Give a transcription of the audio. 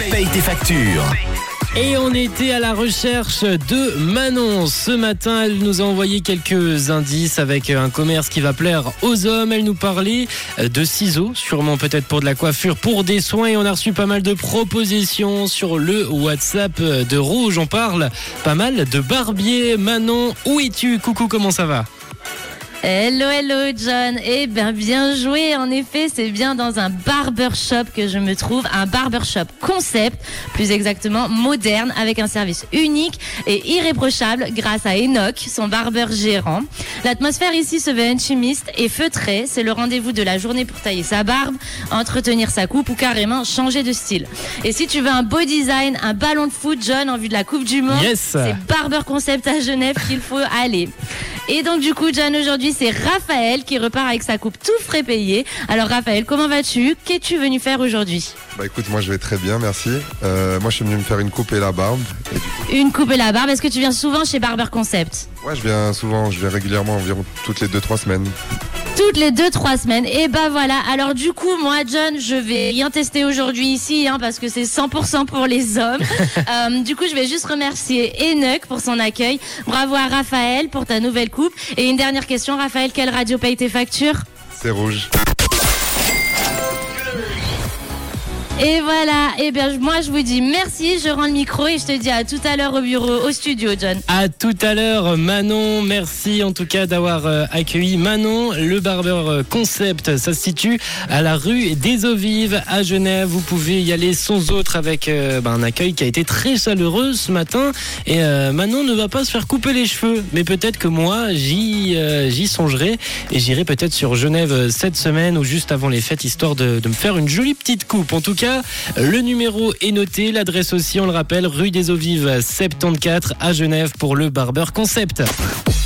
Paye tes factures. Et on était à la recherche de Manon. Ce matin, elle nous a envoyé quelques indices avec un commerce qui va plaire aux hommes. Elle nous parlait de ciseaux, sûrement peut-être pour de la coiffure, pour des soins. Et on a reçu pas mal de propositions sur le WhatsApp de Rouge. On parle pas mal de barbier. Manon, où es-tu ? Coucou, comment ça va ? Hello John, bien joué, en effet c'est bien dans un barbershop que je me trouve, un barbershop concept, plus exactement moderne, avec un service unique et irréprochable grâce à Enoch, son barbeur gérant. L'atmosphère ici se veut intimiste et feutrée, c'est le rendez-vous de la journée pour tailler sa barbe, entretenir sa coupe ou carrément changer de style. Et si tu veux un beau design, un ballon de foot, John, en vue de la Coupe du Monde, c'est Barber Concept à Genève qu'il faut aller. Et donc du coup, John, aujourd'hui, c'est Raphaël qui repart avec sa coupe tout frais payé. Alors Raphaël, comment vas-tu ? Qu'es-tu venu faire aujourd'hui ? Bah écoute, moi je vais très bien, merci. Moi je suis venu me faire une coupe et la barbe. Et du coup... Une coupe et la barbe, est-ce que tu viens souvent chez Barber Concept ? Ouais, je viens régulièrement, environ toutes les 2-3 semaines. Toutes les 2-3 semaines. Et bah voilà, alors du coup, moi John, je vais rien tester aujourd'hui ici, parce que c'est 100% pour les hommes. Du coup, je vais juste remercier Enoch pour son accueil. Bravo à Raphaël pour ta nouvelle coupe. Et une dernière question, Raphaël, quelle radio paye tes factures ? C'est Rouge. Et voilà, moi je vous dis merci, je rends le micro et je te dis à tout à l'heure au bureau, au studio, John. À tout à l'heure, Manon. Merci en tout cas d'avoir accueilli Manon. Le Barber Concept, ça se situe à la rue des Eaux Vives à Genève. Vous pouvez y aller sans autre avec un accueil qui a été très chaleureux ce matin. Et Manon ne va pas se faire couper les cheveux, mais peut-être que moi j'y songerai et j'irai peut-être sur Genève cette semaine ou juste avant les fêtes, histoire de me faire une jolie petite coupe. En tout cas, le numéro est noté, l'adresse aussi, on le rappelle, rue des Eaux Vives 74 à Genève pour le Barber Concept.